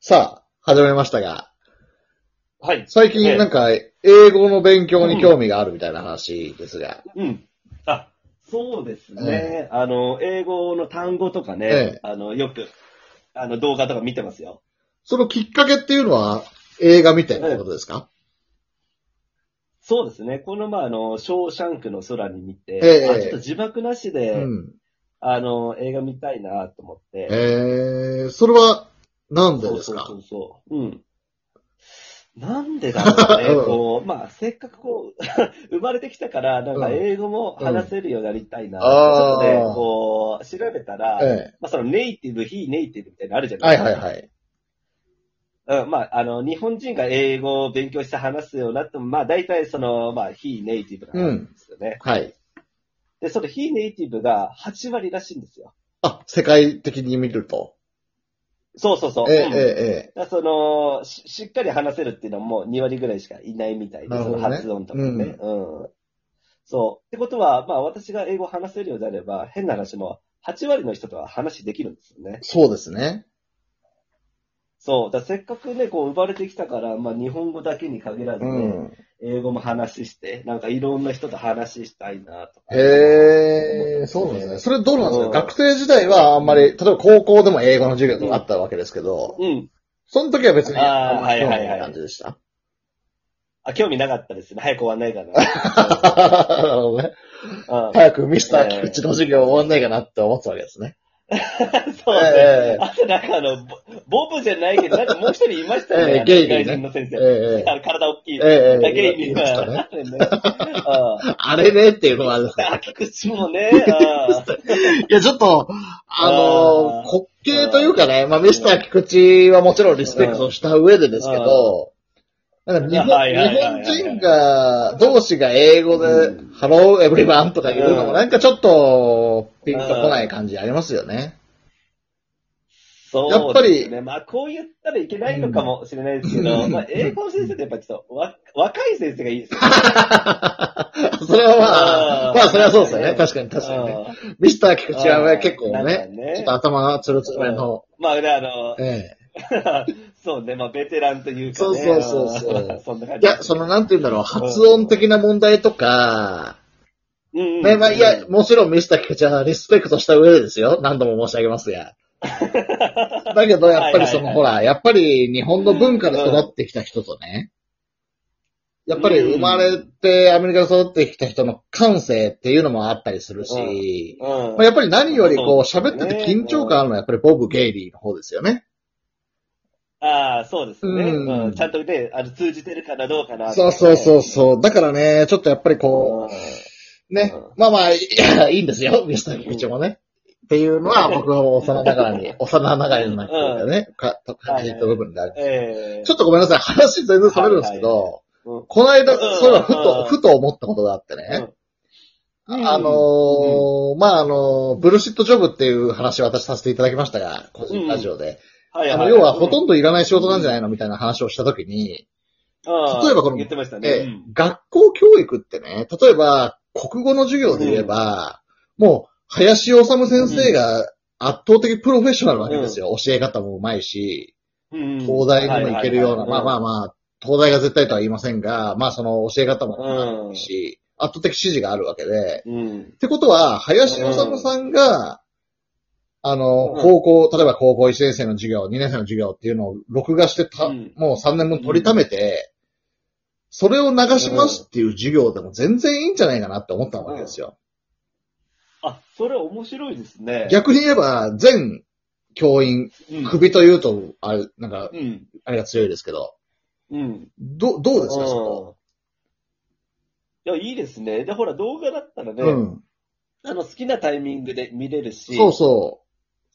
さあ、始まりましたが、 はい。 最近なんか、英語の勉強に興味があるみたいな話ですが。 うん。あ、そうですえね。英語の単語とかえ、えね、 え。 よく、動画とか見てますよ。 そのきっかけっていうのは、映画見てってこうん。 とですか？ そうですね。この前、ショーシャンクの空に見えて、ちょっとえ、 字幕なしで、 うん。 映画見たいなと思って。 それは、なんでそうですか？ そうそうそう。うん。なんでだろうね。 うん、 せっかく生まれてきたから、なんかうん、 英語もうん。 話せるようになりたいなって、ちょっとね、 ああ、 調べたら、 ええ。 そのネイティブ、非ネイティブみたいなのあるじゃないはいですか。 はいはい。 うん、日本人が英語を勉強して話すようになっても、大体非ネイティブなはずなんうん。 ですよね。 はい。 で、その非ネイティブが8割らしいんですよ。 あ、世界的に見ると。 そうそうええ、 そう。うん。 ええ、ええ。 しっかり話せるっていうのはもう2割ぐらいしかいないみたいで、そのなるほどね。 発音とかね。 うん。 うん。そう。ってことは、私が英語を話せるようであれば、変な話も8割の人とは話できるんですよね。 そうですね。 そう。せっかくね、生まれてきたから、日本語だけに限らうずね、 ん。 英語も話して、なんかいろんな人と話したいな、とかって思ってへえ、 ますそうなんですね。 ね。 それどうなんですか？学うん。 生時代はあんまり、例うん。 えば高校でも英語の授業とかあっうん。 たわけですけど、 うん。 その時は別にあんああ、はいま興味ないはいはい。 感じでした？ 興味なかったですね。早く終わんないかなって。うん。 なるほどね。 うん。 早くミスター菊池えの授業終わんないかなって思ってたわけですね。 そうね。 えあとなんかボブじゃないけど、なんかもう一人いましたね。 ゲイリー外人ね。 の先生。 え体大きい。ゲイ言いには、 ましたね。 あれね。ああれねっていうのはあるんミスターですね。 菊池もね。 いや、ちょっと、滑稽というかね、ミスター菊池はもちろんリスペクトした上でですけど、なんか日はいはいはい本人はいはい。 同士が英語で、 うん。 ハローエブリワンとか言うのもうん。 なんかちょっとピンとこないうん。 感じありますよね。やっぱり、 そうですね。こう言ったらいけないのかうん。 もしれないですけど、英語の先生ってやっぱちょっと若い先生がいいですよね。 それはそれはなんそうですよね。 かね。 確かに確かにね。ミスター菊池は結構なんかね、ちょっとね。 頭がツルツルめの、ええ。 そうね、ベテランというかそうね。 そうそうそそんなう。いや、 感じですね。 なんて言うんだろう、発音うん。 的な問題とか、 うんうね、いや、 ん。 もちろんミスター菊池はリスペクトした上でですよ。何度も申し上げますが。だけど、やっはいぱりはいはい。 やっぱり日本の文化で育ってきた人とね、やっうぱり生まれん。 てアメリカで育ってきた人の感性っていうのもあったりするうん。 し、 うん。 やっぱり何よりそうですよ喋っててね。 緊張感あるのはやっぱりボブ・ゲイリーの方ですよね。 そうでうすね。うん。ちゃんん。 とね、通じてるかなどうかなとそうそうそかね。 うそう。だからね、ちょっとやっぱりうん。 ね。 うん。 いや、いいんですよ、ミスター菊池もね。っていうのは僕は幼ながらになっていうかうん。 ね、感じた部はいはい。 分であるんですけど。ちょっええとごめんなさい、話全然それるんですはいはいはい。 けど、 うん。 この間、 うん、 そういえばふと思ったことがあってうん、 ね。 うん、うん、 ブルシットジョブっていう話を私させていただきましたが、個人ラジうん。 オで。 はいはいはい。 要はほとんうん。 どいらない仕事なんじゃないうん。 のみたいな話をしたときに、例えああ、 ば言ってましたね。うん。 学校教育ってね、例えば国語の授業で言えうん。 ば、もう、林修先うん。 生が圧倒的プロフェッショナルなわけうん。 ですよ。教え方もうまいし、 うん。 東大にもはい行はいはい。 けるような、東大が絶対とは言いませんが、その教え方もううまいん。 し、圧倒的支持があるわけで、 うん。 ってことは、 う林修ん。 さんが、 うん。 例えば高校1年生の授業、2年生の授業っていうのを録画してうん。 もう3年分うん。 取りためて、それを流しまうん。 すっていう授業でも全然いいんじゃないかなって思ったわうん。 けですよ。 それ面白いですね。 逆に言えば、全教員、 うん。 首というと、あれ、なんか、 うん。 あれが強いですけど、 うん。 どうですか、そこ？ うん。いや、いいですね。で、ほら、動画だったらね、 うん。 好きなタイミングで見れるそうし、 そう。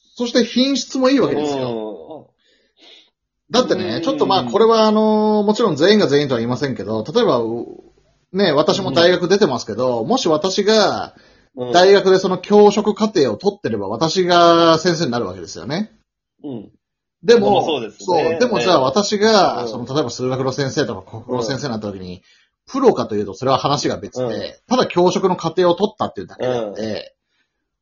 そして品質もいいわうけですよ。 ん。 だってね、ちょっとこれうん。 はもちろん全員が全員とは言いませんけど、例えば、ね、私も大うん。 学出てますけど、もし私がうん。 大学でその教職課程を取ってれば私が先生になるわけですよね。 うん。 でも、 そうですね。 でもじゃあ私が、 うん。 例えば数学の先生とか国語うん。 の先生になった時に、プロかというとそれは話が別うん。 で、ただ教職の課程を取ったっていうだけであっうん。 て、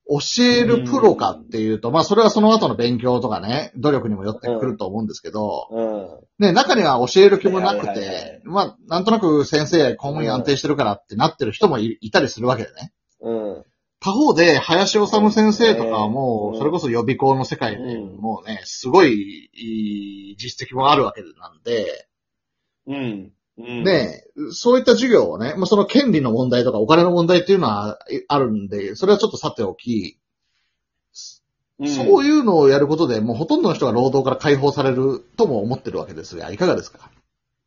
教えるプロかっていうと、まあそれはその後の勉強とかね、努力にもよってくると思うんですけど、ね、中には教える気もなくて、まあなんとなく先生や公務員安定してるからってなってる人もいたりするわけでね。他方で、林修先生とかはもう、それこそ予備校の世界でもうね、すごい実績もあるわけなんで、ね、そういった授業をね、その権利の問題とかお金の問題っていうのはあるんで、それはちょっとさておき、そういうのをやることで、もうほとんどの人が労働から解放されるとも思ってるわけですが、いかがですか？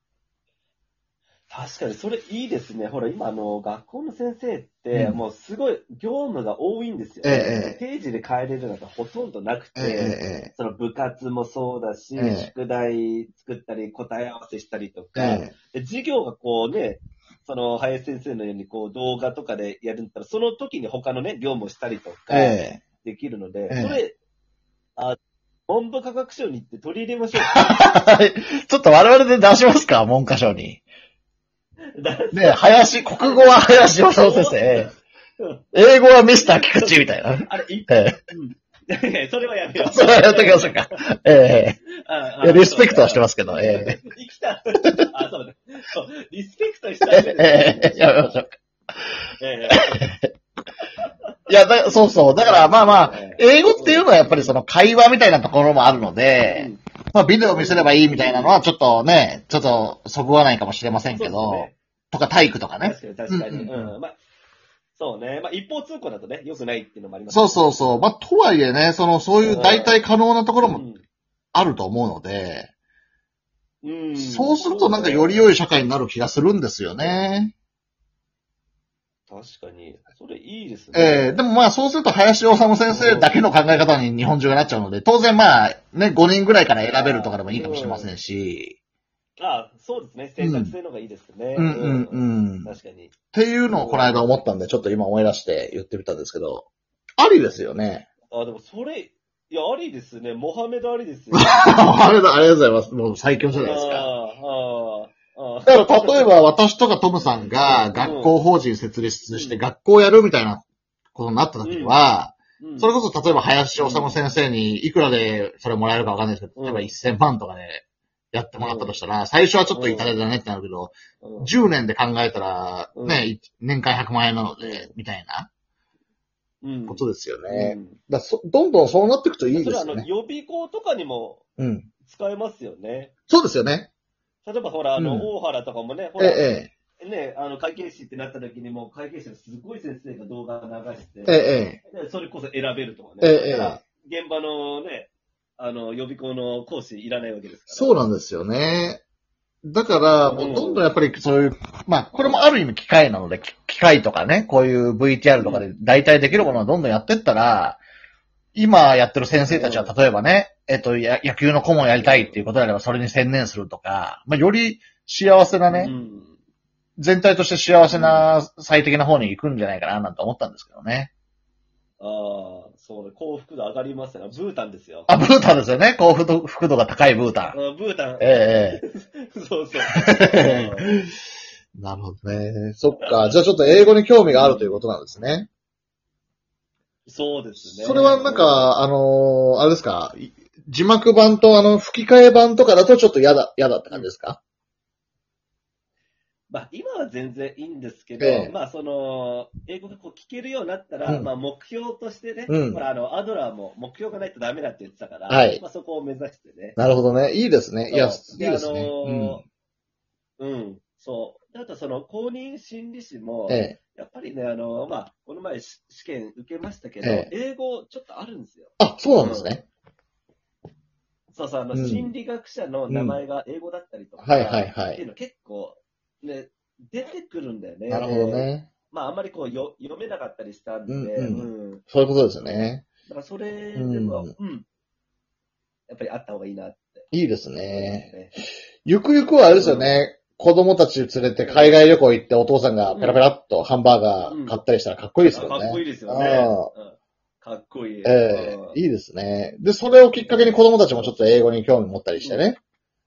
確かに、それいいですね。ほら、今、学校の先生って、もうすごい業務が多いんですよね。定時で帰れるなんかほとんどなくて、その部活もそうだし、宿題作ったり、答え合わせしたりとか、授業がこうね、その、林先生のようにこう動画とかでやるんだったら、その時に他のね、業務をしたりとか、できるので、それ、文部科学省に行って取り入れましょう。 ちょっと我々で出しますか？文科省に。ね国語は林修先生。英語はミスター菊池みたいな。 あれ、それはやめよう。 それはやっておきましょうか。リスペクトはしてますけど、 生きた。そうだ。そう、リスペクトした上で。 やめましょうか。いや、そうそう。だからまあ、英語っていうのはやっぱりその会話みたいなところもあるので、ビデオ見せればいいみたいなのはちょっとそぐわないかもしれませんけど、とか体育とかね。 確かに。そうね。一方通行だとね、良くないっていうのもありますね。そう。とはいえね、そういう代替可能なところもあると思うので、そうするとより良い社会になる気がするんですよね。 確かに。それいいですね。 でもそうすると林修先生だけの考え方に日本中がなっちゃうので、当然5人ぐらいから選べるとかでもいいかもしれませんし。 そうですね。選択制の方がいいですね。確かに。 っていうのをこの間思ったんで、ちょっと今思い出して言ってみたんですけど、ありですよね。 でもそれ、いや、ありですね。モハメドありですよ。 モハメドありがとうございます。もう最強じゃないですか。だから例えば私とかトムさんが学校法人設立して学校をやるみたいなことになった時には、それこそ例えば林修先生にいくらでそれもらえるかわかんないですけど、例えば1000万とかでやってもらったとしたら、最初はちょっと痛手だねってなるけど、10年で考えたらね、年間100万円なので、みたいなことですよね。どんどんそうなっていくといいですよね。 予備校とかにも使えますよね。 そうですよね。 例えばほら、大原とかもね、ほら、会計士ってなった時にも、会計士のすごい先生が動画流して、それこそ選べるとかね。だから現場のね、予備校の講師いらないわけですから。 そうなんですよね。だから、もうどんどんやっぱりそういう、これもある意味機械なので、機械とかね、こういう VTR とかで代替できるものはどんどんやってったら、今やってる先生たちは例えばね、野球の顧問やりたいっていうことであればそれに専念するとか、より幸せなね、全体として幸せな最適な方に行くんじゃないかななんて思ったんですけどね。 そうね、幸福度上がりますよ。ブータンですよ。 ブータンですよね。幸福度が高いブータン。 ブータン。そう。 なるほどね。そっか。じゃあちょっと英語に興味があるということなんですね。 そうですね。 それはあれですか、字幕版と吹き替え版とかだとちょっと嫌だって感じですか？ 今は全然いいんですけど、英語がこう聞けるようになったら、目標としてね、ほら、アドラーも目標がないとダメだって言ってたから、そこを目指してね。 なるほどね。いいですね。いや、いいですね。 そう。あと公認心理師も、やっぱりね、この前試験受けましたけど、英語ちょっとあるんですよ。 そうなんですね。 そう、心理学者の名前が英語だったりとか、っていうの結構、ね、出てくるんだよね。 なるほどね。 あんまりこう読めなかったりしたんで、 そういうことですよね。 だからそれでも、やっぱりあった方がいいなって。 いいですね。ゆくゆくはあれですよね。子供たち連れて海外旅行行ってお父さんがペラペラっとハンバーガー買ったりしたらかっこいいですよね。 かっこいいですよね。かっこいい。 いいですね。で、それをきっかけに子供たちもちょっと英語に興味持ったりしてね。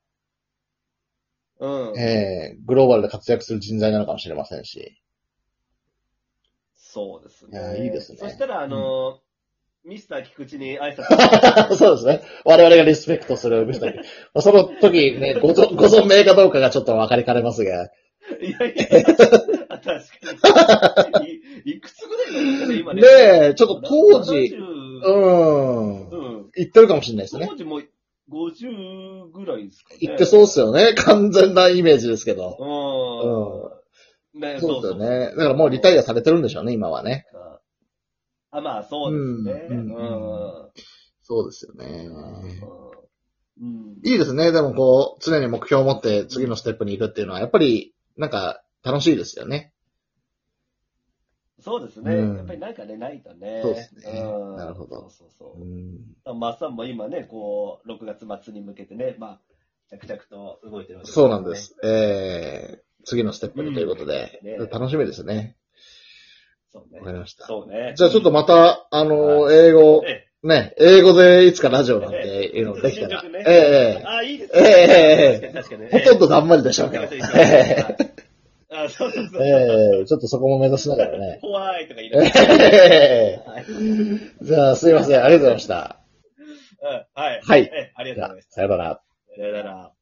グローバルで活躍する人材なのかもしれませんし。 そうですね。 いや、いいですね。 そしたら、ミスター菊池に挨拶そうですね。我々がリスペクトするミスター菊池。その時ね、ご存命かどうかがちょっと分かりかねますが。 いやいや、確かに。いくつぐらいなんですかね、今ね。 ねえ、ちょっと当時、言ってるかもしれないですね。 当時も50ぐらいですかね。 言ってそうっすよね。完全なイメージですけど。 ね、 そうですよね。だからもうリタイアされてるんでしょうね、今はね。 まあ、そうですね。 そうですよね。いいですね。でもこう、常に目標を持って次のステップに行くっていうのは、やっぱり、なんか、楽しいですよね。 そうですね。やっぱりなんかね、ないとね。 そうですね。なるほど。 マッサンも今ね、こう、6月末に向けてね、まあ、着々と動いてるわけですね。 そうなんです。次のステップにということで、楽しみですね。 そうね。 わかりました。 そうね。 じゃあちょっとまた、英語、ね、英語でいつかラジオなんていうのできたら。 いいですね。確かに。 ほとんどだんまりでしょうけど。 そうそうそう。 ちょっとそこも目指しながらね。 怖いとか言いながら。 じゃあすいません。ありがとうございました。 はい。 はい。 ありがとうございました。 さよなら。 さよなら。